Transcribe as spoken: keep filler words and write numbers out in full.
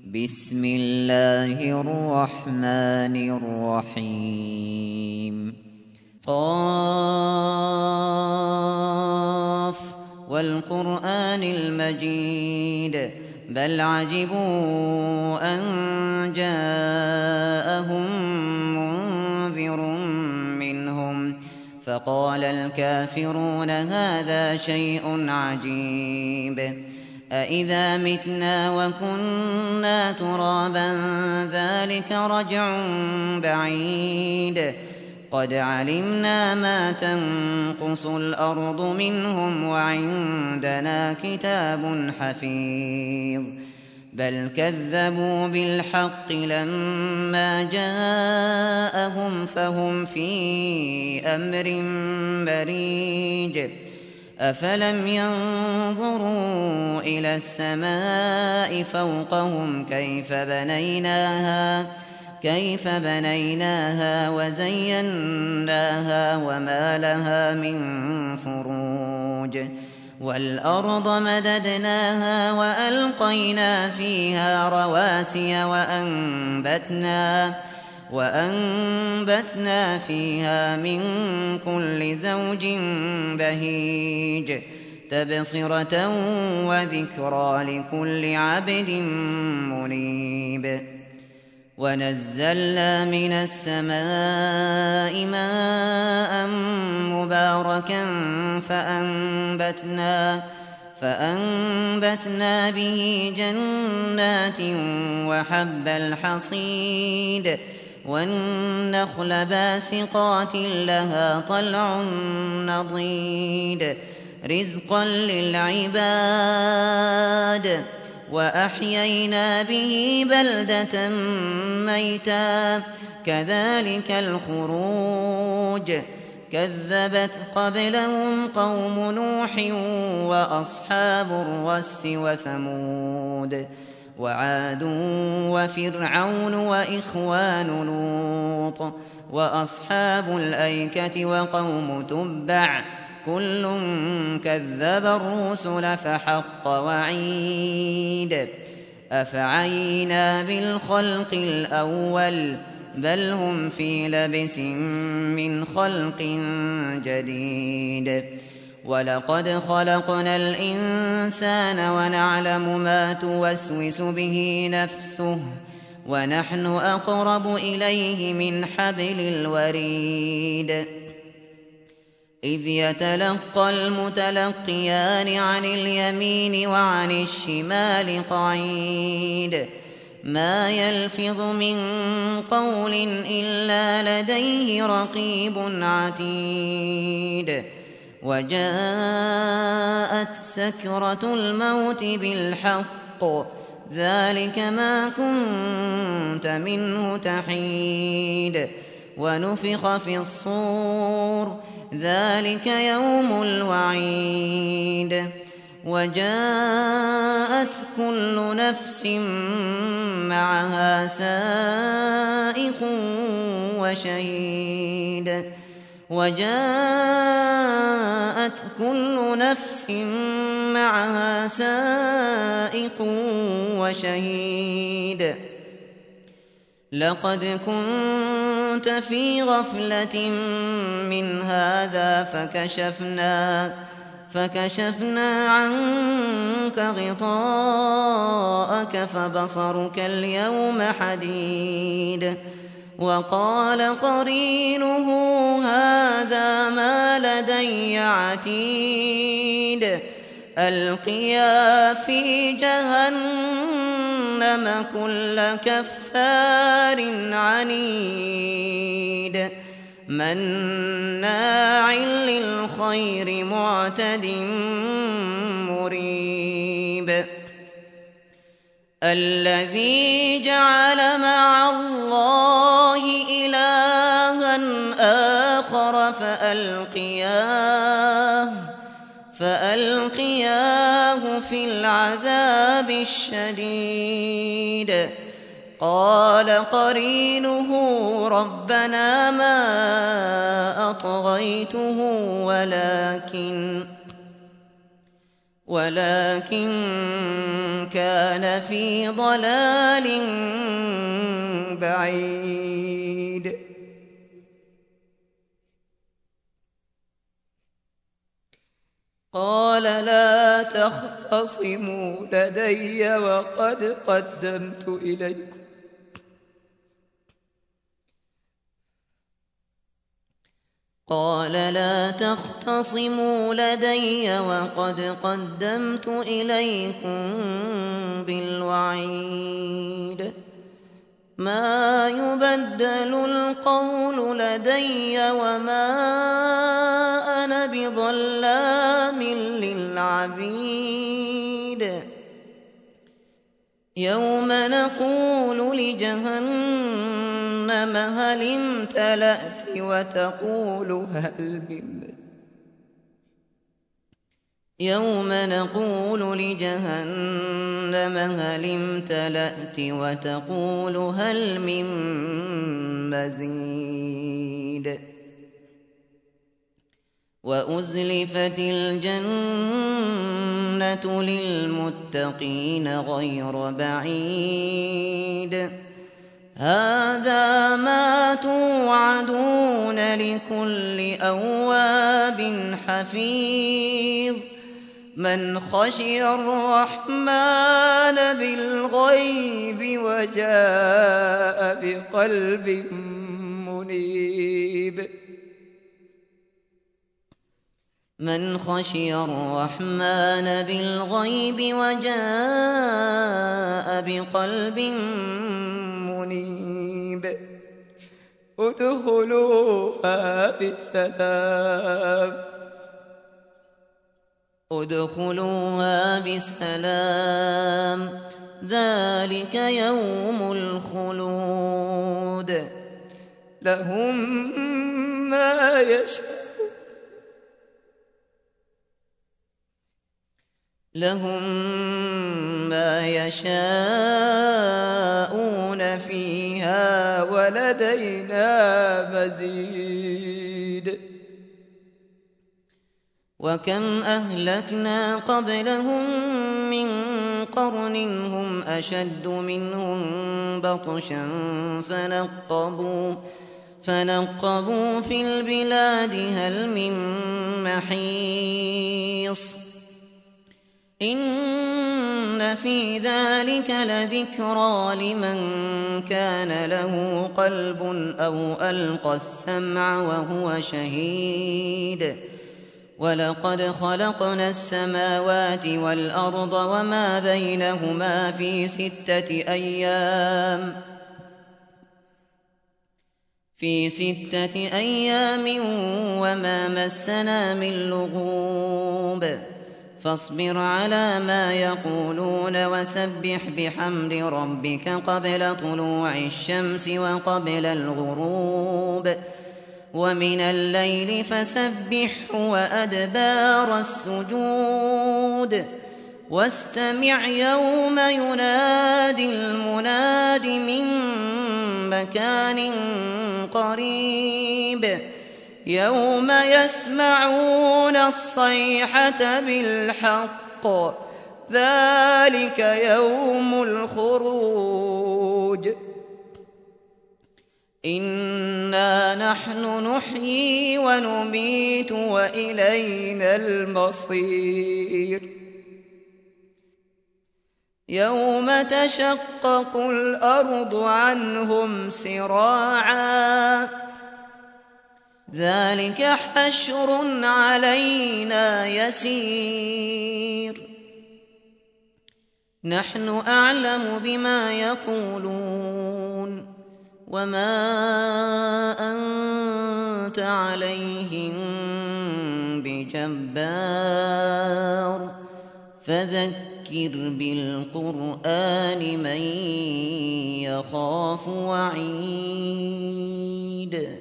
بسم الله الرحمن الرحيم قاف والقرآن المجيد بل عجبوا أن جاءهم منذر منهم فقال الكافرون هذا شيء عجيب أإذا متنا وكنا ترابا ذلك رجع بعيد قد علمنا ما تنقص الأرض منهم وعندنا كتاب حفيظ بل كذبوا بالحق لما جاءهم فهم في أمر مريج أفلم ينظروا إلى السماء فوقهم كيف بنيناها كيف بنيناها وزيناها وما لها من فروج والأرض مددناها وألقينا فيها رواسي وأنبتنا وأنبتنا فيها من كل زوج بهيج تبصرة وذكرى لكل عبد منيب ونزلنا من السماء ماء مباركا فأنبتنا فأنبتنا به جنات وحب الحصيد والنخل باسقات لها طلع نضيد رزقا للعباد وأحيينا به بلدة ميتا كذلك الخروج كذبت قبلهم قوم نوح وأصحاب الرس وثمود وعاد وفرعون وإخوان لوط وأصحاب الأيكة وقوم تبع كل كذب الرسل فحق وعيد أفعينا بالخلق الأول بل هم في لبس من خلق جديد ولقد خلقنا الإنسان ونعلم ما توسوس به نفسه ونحن أقرب إليه من حبل الوريد إذ يتلقى المتلقيان عن اليمين وعن الشمال قعيد ما يلفظ من قول إلا لديه رقيب عتيد وجاءت سكرة الموت بالحق ذلك ما كنت منه تحيد ونفخ في الصور ذلك يوم الوعيد وجاءت كل نفس معها سائق وشهيد وجاءت كل نفس معها سائق وشهيد لقد كنت في غفلة من هذا فكشفنا فكشفنا عنك غطاءك فبصرك اليوم حديد وقال قرينه هذا ما لدي عتيد ألقيا في جهنم كل كفار عنيد مناع للخير معتد مريب الذي جعل مع الله إلها آخر فألقياه فألقياه في العذاب الشديد قال قرينه ربنا ما أطغيته ولكن ولكن كان في ضلال بعيد. قال لا تختصموا لدي وقد قدمت إليكم قال لا تختصموا لدي وقد قدمت إليكم بالوعيد. ما يبدل القول لدي وما أنا بظلام للعبيد. يوم نقول لجهنم هل امتلأت وتقول هل من يوم نقول لجهنم هل امتلأت وتقول هل من مزيد. وأزلفت الجنة للمتقين غير بعيد. هذا ما توعدون لكل أواب حفيظ. من خشي الرحمن بالغيب وجاء بقلب منيب. من خشي الرحمن بالغيب وجاء بقلب منيب. ادخلوها بسلام ادخلوها بسلام ذلك يوم الخلود. لهم ما يشاءون لهم ما يشاءون فيها ولدينا مزيد. وكم أهلكنا قبلهم من قرن هم أشد منهم بطشا فنقبوا, فنقبوا في البلاد هل من محيص. إن في ذلك لذكرى لمن كان له قلب أو ألقى السمع وهو شهيد. ولقد خلقنا السماوات والأرض وما بينهما في ستة أيام في ستة أيام وما مسنا من لغوب. فاصبر على ما يقولون وسبح بحمد ربك قبل طلوع الشمس وقبل الغروب ومن الليل فسبحه وأدبار السجود. واستمع يوم ينادي المناد من مكان قريب. يوم يسمعون الصيحة بالحق ذلك يوم الخروج. إنا نحن نحيي ونميت وإلينا المصير. يوم تشقق الأرض عنهم سراعا ذلك حشر علينا يسير. نحن أعلم بما يقولون وما أنت عليهم بجبار. فذكر بالقرآن من يخاف وعيد.